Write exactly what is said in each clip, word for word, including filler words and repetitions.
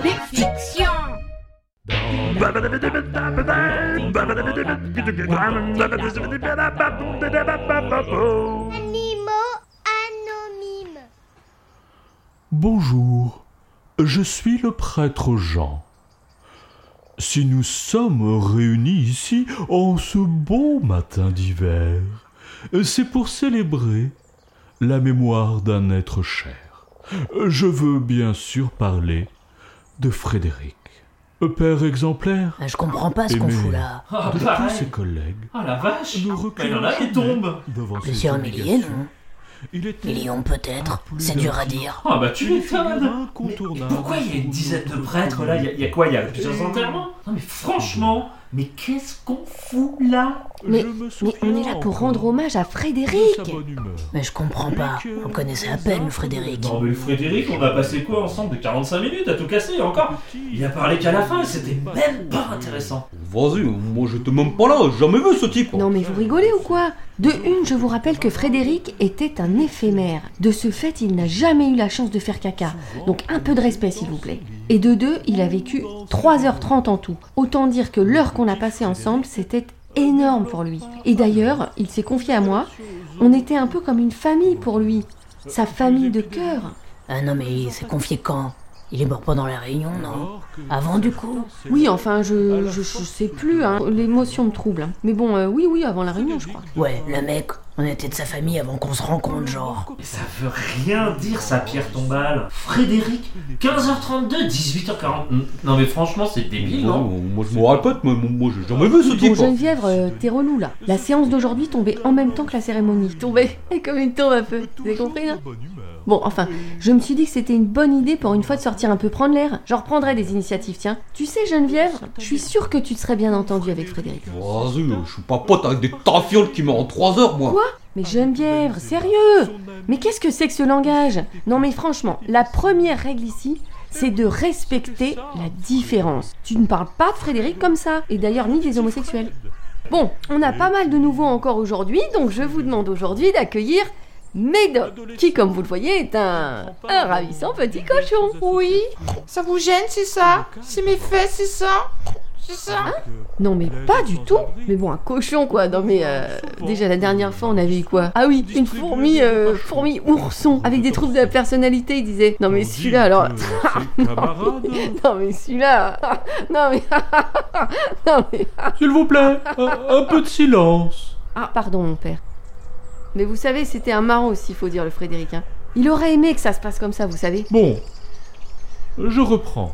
Fiction. Animaux anonymes. Bonjour, je suis le prêtre Jean. Si nous sommes réunis ici en ce beau matin d'hiver, c'est pour célébrer la mémoire d'un être cher. Je veux bien sûr parler de Frédéric, père exemplaire. Je comprends pas ce qu'on fout là. Ah, De tous pareil. ses collègues, Ah la vache. nous Mais il y en a qui tombent. devant ses Plusieurs milliers, obligations. non Il était Millions peut-être, plus c'est d'un dur à jour. dire. Ah bah tu Une figure m'étonnes. Mais incontournable. pourquoi il y a une dizaine de prêtres là? Il y a- il y, a quoi? Il y a plusieurs enterrements? Non mais franchement, mais qu'est-ce qu'on fout là? Mais- Je me Mais souviens on est là pour encore rendre hommage à de sa Frédéric. bonne humeur. Mais je comprends pas, on connaissait à peine le Frédéric. Non mais le Frédéric, on a passé quoi ensemble de quarante-cinq minutes à tout casser et encore? Il a parlé qu'à la fin et c'était même pas intéressant. Vas-y, moi j'étais même pas là, j'ai jamais vu ce type. Non mais vous rigolez ou quoi? De une, je vous rappelle que Frédéric était un éphémère. De ce fait, il n'a jamais eu la chance de faire caca. Donc un peu de respect s'il vous plaît. Et de deux, il a vécu trois heures trente en tout. Autant dire que l'heure qu'on a passée ensemble, c'était énorme pour lui. Et d'ailleurs, il s'est confié à moi. On était un peu comme une famille pour lui. Sa famille de cœur. Ah non mais il s'est confié quand? Il est mort pendant la réunion, non? Avant du coup? Oui, enfin, je, je, je sais plus, hein. L'émotion me trouble. hein. Mais bon, euh, oui, oui, avant la réunion, je crois. Ouais, le mec, on était de sa famille avant qu'on se rencontre, genre. Mais ça veut rien dire sa pierre tombale. Frédéric, quinze heures trente-deux, dix-huit heures quarante. Non mais franchement c'est débile, non? Moi je me répète, mais moi j'ai jamais vu ce Bon, type. Geneviève, euh, t'es relou là. La séance d'aujourd'hui tombait en même temps que la cérémonie. Tombait comme une tombe un peu. Vous avez compris là? Bon, enfin, je me suis dit que c'était une bonne idée pour une fois de sortir un peu prendre l'air. J'en reprendrai des initiatives, tiens. Tu sais, Geneviève, je suis sûre que tu te serais bien entendue avec Frédéric. Vas-y, je suis pas pote avec des tafioles qui meurent en trois heures, moi. Quoi? Mais Geneviève, sérieux? Mais qu'est-ce que c'est que ce langage? Non mais franchement, la première règle ici, c'est de respecter la différence. Tu ne parles pas de Frédéric comme ça, et d'ailleurs ni des homosexuels. Bon, on a pas mal de nouveaux encore aujourd'hui, donc je vous demande aujourd'hui d'accueillir Médoc, qui comme vous le voyez est un, un ravissant petit cochon. Oui, ça vous gêne, c'est ça? C'est mes fesses, c'est ça? C'est ça? Non mais pas du tout. Mais bon, un cochon quoi. Non mais euh, déjà la dernière fois on avait eu quoi? Ah oui, une fourmi, euh, fourmi ourson avec des troubles de la personnalité. Il disait. Non mais celui-là alors. Non mais celui-là. Non mais. Non mais. S'il vous plaît, un, un peu de silence. Ah pardon mon père. Mais vous savez, c'était un marrant aussi, faut dire le Frédéric. hein. Il aurait aimé que ça se passe comme ça, vous savez. Bon, je reprends.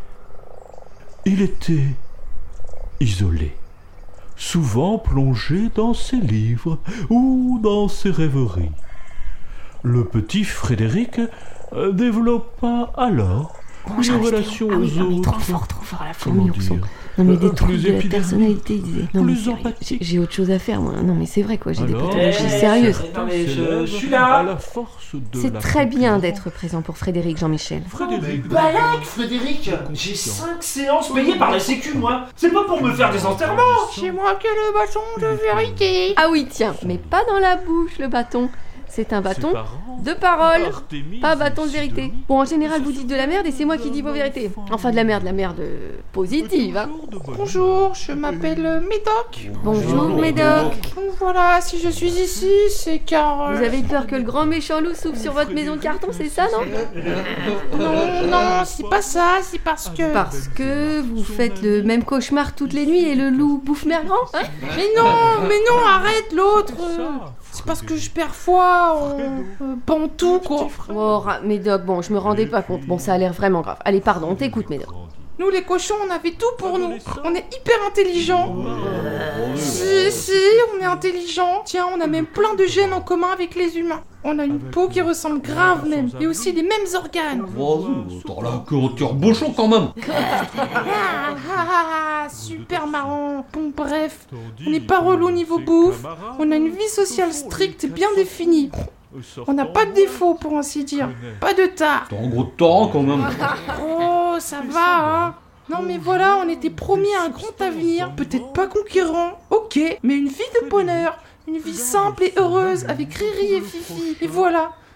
Il était isolé, souvent plongé dans ses livres ou dans ses rêveries. Le petit Frédéric euh, développa alors Bon, une j'arrive, relation Théo. Ah oui, aux non, mais autres. trop fort, trop fort, la Comment fourmi ourson. dire Non mais Euh, des plus troubles de la épidermique, personnalité, il disait. Non mais plus sérieux, empathique. j'ai- j'ai autre chose à faire moi. Non mais c'est vrai quoi, j'ai des Alors, pathologies Eh, sérieuses. Non mais je, s'élève je suis à là. la force de C'est la très bien confiance. d'être présent pour Frédéric Jean-Michel. Frédéric. Balak, Frédéric. J'ai cinq séances payées par la sécu, moi. C'est pas pour me faire des enterrements. C'est moi qui ai le bâton de vérité. Ah oui tiens, mais pas dans la bouche le bâton. C'est un bâton Ses parents, de parole, Artémise pas bâton de et vérité. Sidonie, Bon en général vous dites de la merde et c'est moi qui dis vos vérités. Enfin de la merde, la merde euh, positive hein. toujours de bonne Bonjour, je m'appelle euh, Médoc. Bonjour Médoc. Donc voilà, si je suis ici, c'est car... euh, Vous avez peur que le grand méchant loup s'ouvre sur votre maison de carton, c'est ça non? Non, non, c'est pas ça, c'est parce que... Parce que vous faites le même cauchemar toutes les nuits et le loup bouffe mère grand hein? Mais non, mais non, arrête l'autre. euh, ça. C'est parce que je perds foi en euh, Pantou, quoi. Oh ra- Médoc, bon je me rendais pas compte. Bon ça a l'air vraiment grave. Allez pardon, on t'écoute Médoc. Nous, les cochons, on avait tout pour nous. On est hyper intelligents. Si, si, on est intelligents. Tiens, on a même plein de gènes en commun avec les humains. On a une peau qui ressemble grave même, et aussi les mêmes organes. Vas-y, t'as la queue au tire-bouchon quand même. Ah, ah, ah, ah, super marrant. Bon, bref, on n'est pas relou niveau bouffe. On a une vie sociale stricte et bien définie. On n'a pas de défaut, pour ainsi dire. Pas de tard. T'as un gros torrent quand même. Oh, ça va, hein. Non mais voilà, on était promis à un grand avenir, peut-être pas conquérant, ok, mais une vie de bonheur, une vie simple et heureuse avec Riri et Fifi. Et voilà,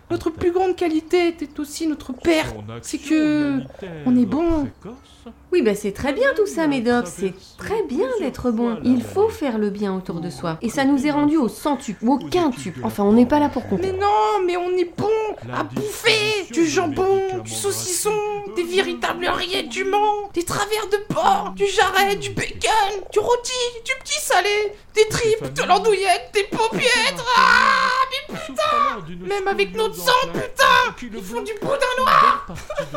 Notre plus grande qualité était aussi notre perte. C'est que on est bon. Oui, bah c'est très bien tout ça, Médoc, c'est très bien d'être bon. Il faut faire le bien autour de soi. Et ça nous est rendu au centuple, ou au quintuple. Enfin, on n'est pas là pour compter. Mais non, mais on est bon à bouffer du jambon, du saucisson, des véritables rillettes du Mans, des travers de porc, du jarret, du bacon, du rôti, du petit salé, des tripes, de l'andouillette, des paupiètres. Ah, mais putain! Même avec notre sang, putain! Ils font du boudin noir!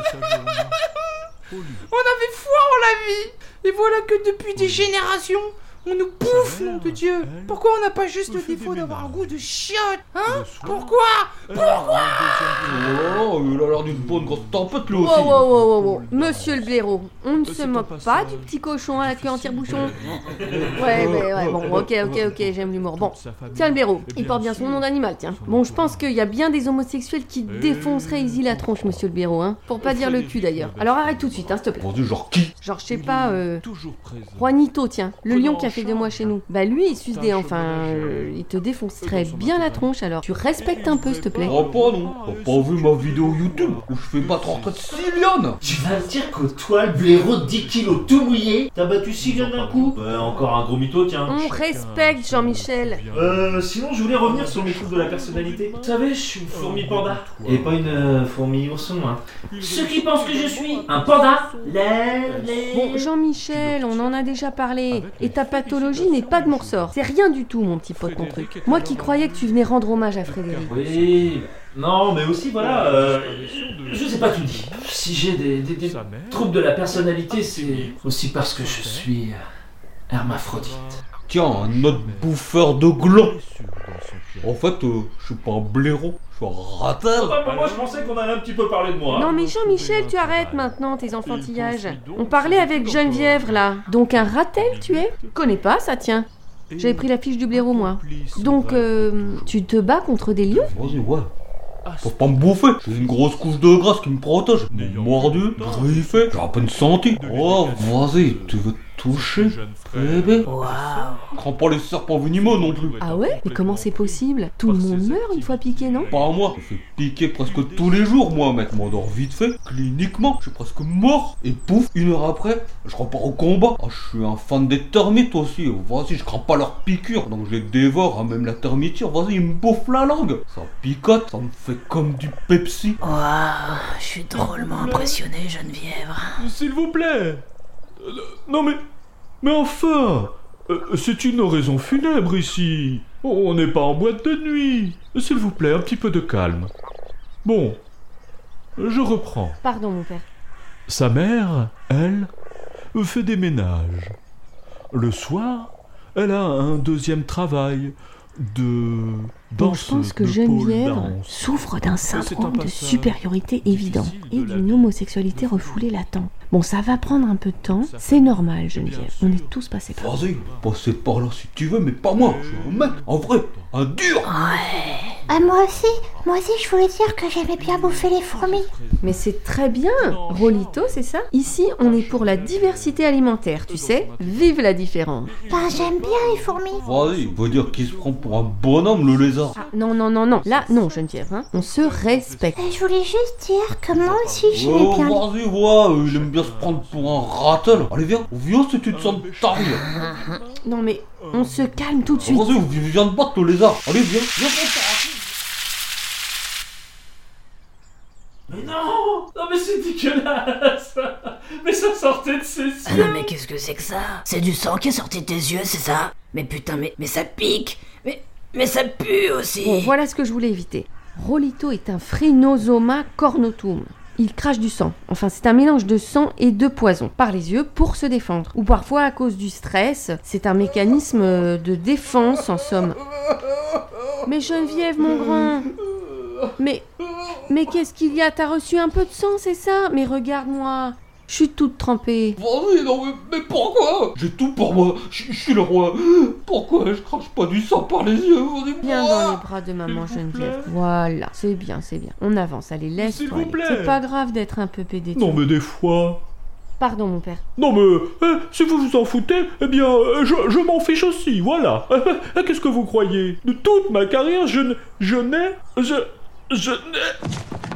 On avait foi en la vie! Et voilà que depuis des générations, on nous bouffe, nom de Dieu! Pourquoi on n'a pas juste le défaut d'avoir un goût de chiotte? Hein? Pourquoi? Pourquoi? Oh, il a l'air d'une bonne grosse tempête lui Wow, aussi. wow, wow, wow, wow. Monsieur le blaireau, on ne se moque pas du petit cochon à la queue en tire-bouchon. Ouais, ouais, ouais, bon, ok, ok, ok, j'aime l'humour. Bon, tiens le blaireau, il porte bien son nom d'animal, tiens. Bon, je pense qu'il y a bien des homosexuels qui défonceraient easy la tronche, monsieur le blaireau, hein. Pour pas dire le cul d'ailleurs. Alors arrête tout de suite, hein, s'il te plaît. Vas-y, genre qui? Genre, je sais pas, euh... Juanito, tiens, le lion qui a fait deux mois chez nous. Bah lui, il suce des... Enfin, euh, il te défoncerait bien la tronche, alors tu respectes un peu, s'il te plaît. Oh, pas non. T'as pas vu ma vidéo YouTube où je fais battre en retraite Siliane? Tu vas me dire qu'au toi, le blaireau de dix kilos tout mouillé, t'as battu Siliane d'un coup? Ouais, encore un gros mytho, tiens. On respecte Jean-Michel. Euh, sinon, je voulais revenir sur mes troubles de la personnalité. Vous savez, je suis une fourmi panda. Et pas une euh, fourmi ourson, hein. Ceux qui pensent que je suis un panda, les... les... Bon, Jean-Michel, on en a déjà parlé. Et ta pathologie n'est pas de mon ressort. C'est rien du tout, mon petit pote, ton truc. Moi qui croyais que tu venais rendre hommage à Frédéric. Oui... Non, mais aussi, voilà, euh, je sais pas tout dit. Si j'ai des, des, des troubles de la personnalité, c'est aussi parce que je suis euh, hermaphrodite. Tiens, un autre bouffeur de gland. En fait, euh, je suis pas un blaireau, je suis un ratel. Ah, bah, moi, je pensais qu'on allait un petit peu parler de moi. Non mais Jean-Michel, tu arrêtes maintenant tes enfantillages. On parlait avec Geneviève là. Donc un ratel tu es? Connais pas ça, tiens. J'avais pris la fiche du blaireau moi. Donc euh, tu te bats contre des lions? Vas-y, ouais. Faut pas me bouffer, j'ai une grosse couche de graisse qui me protège. Ils m'ont mordu, griffé, j'ai à peine senti. Oh, vas-y, tu veux te toucher, bébé? Waouh. Crains pas les serpents venimeux non plus. Ah ouais? Mais comment c'est possible? Tout le monde meurt une fois piqué, non? Pas moi, je me fais piquer presque tous les jours, moi, mec. Je m'endors vite fait, cliniquement, je suis presque mort. Et pouf, une heure après, je repars au combat. Ah, je suis un fan des termites aussi. Vas-y, je crains pas leurs piqûres, donc je les dévore, hein, même la termiture. Vas-y, ils me bouffent la langue. Ça picote, ça me fait comme du Pepsi. Waouh, je suis drôlement impressionné, Geneviève. S'il vous plaît. Euh, Non mais... Mais enfin euh, c'est une oraison funèbre ici. On n'est pas en boîte de nuit. S'il vous plaît, un petit peu de calme. Bon, je reprends. Pardon mon père. Sa mère, elle, fait des ménages. Le soir, elle a un deuxième travail de... Bon, je pense que de pole Geneviève dance. souffre d'un syndrome de passage supériorité évident et difficile de la d'une vie. homosexualité refoulée latente. Bon, ça va prendre un peu de temps, c'est normal Geneviève, on est tous passés par là. Vas-y, passez par là si tu veux, mais pas moi. Je suis un mec, en vrai, un dur. Ah, moi aussi, moi aussi, je voulais dire que j'aimais bien bouffer les fourmis. Mais c'est très bien, Rolito, c'est ça? Ici, on est pour la diversité alimentaire, tu sais? Vive la différence. Ben, j'aime bien les fourmis. Vas-y, il veut dire qu'il se prend pour un bonhomme, le lézard. Ah, non, non, non, non, là, non Geneviève, hein. On se respecte. Et je voulais juste dire que moi aussi, j'aimais Oh, bien les... vas-y, ouais, euh, il aime bien se prendre pour un ratel. Allez, viens, viens si tu te sens taille. Non mais, on se calme tout de suite. Vas-y, viens de battre le lézard. Allez, viens, viens pour ça. Mais non! Non mais c'est dégueulasse! Mais ça sortait de ses Ah non, mais qu'est-ce que c'est que ça? C'est du sang qui est sorti de tes yeux, c'est ça? Mais putain, mais, mais ça pique! Mais, mais ça pue aussi! Bon, voilà ce que je voulais éviter. Rolito est un Phrynosoma cornutum. Il crache du sang. Enfin, c'est un mélange de sang et de poison par les yeux pour se défendre. Ou parfois à cause du stress. C'est un mécanisme de défense en somme. Mais Geneviève, mon grand... Mais... Mais qu'est-ce qu'il y a? T'as reçu un peu de sang, c'est ça? Mais regarde-moi. Je suis toute trempée. Vas-y, non mais, mais pourquoi? J'ai tout pour moi, je je suis le roi. Pourquoi je crache pas du sang par les yeux? Vas-y, Viens moi. dans les bras de maman Geneviève. Voilà, c'est bien, c'est bien. On avance, allez, laisse-toi. S'il vous aller. plaît. C'est pas grave d'être un peu pédé. Non mais des fois... Pardon, mon père. Non mais, euh, si vous vous en foutez, eh bien, euh, je, je m'en fiche aussi, voilà. Euh, Qu'est-ce que vous croyez? De toute ma carrière, je ne... Je n'ai... Je... Je n'ai...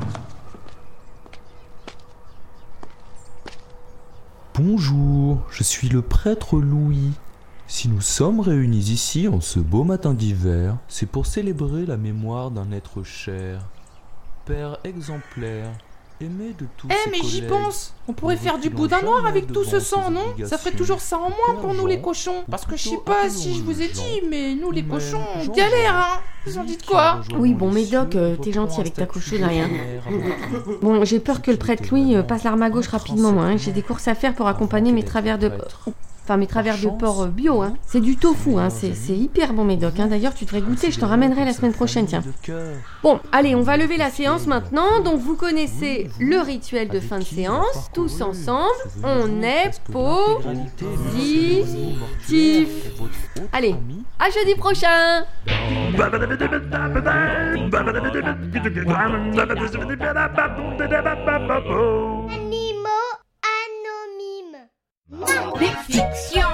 Bonjour, je suis le prêtre Louis. Si nous sommes réunis ici en ce beau matin d'hiver, c'est pour célébrer la mémoire d'un être cher, père exemplaire, aimé de tous Eh ses mais j'y collègues, pense. On pourrait faire du reculant boudin noir jamais avec tout ce devant sang, ses non? Ça obligations. ferait toujours ça en moins pour nous les cochons. Parce que je sais pas si je vous ai dit, mais nous les cochons, on galère, hein. Ils ont dit de quoi? Oui, bon, Médoc, euh, t'es gentil avec ta cochonnerie, hein. Bon, j'ai peur que le prêtre Louis euh, passe l'arme à gauche rapidement, moi, hein. J'ai des courses à faire pour accompagner mes travers de... Enfin, mes travers de porc euh, bio, hein. C'est du tofu, hein. C'est c'est hyper bon, Médoc, hein. D'ailleurs, tu devrais goûter, je t'en ramènerai la semaine prochaine, tiens. Bon, allez, on va lever la séance maintenant. Donc, vous connaissez le rituel de fin de séance. Tous ensemble, on est positif. Allez, à jeudi prochain. Animaux anonymes. Non, mais fiction.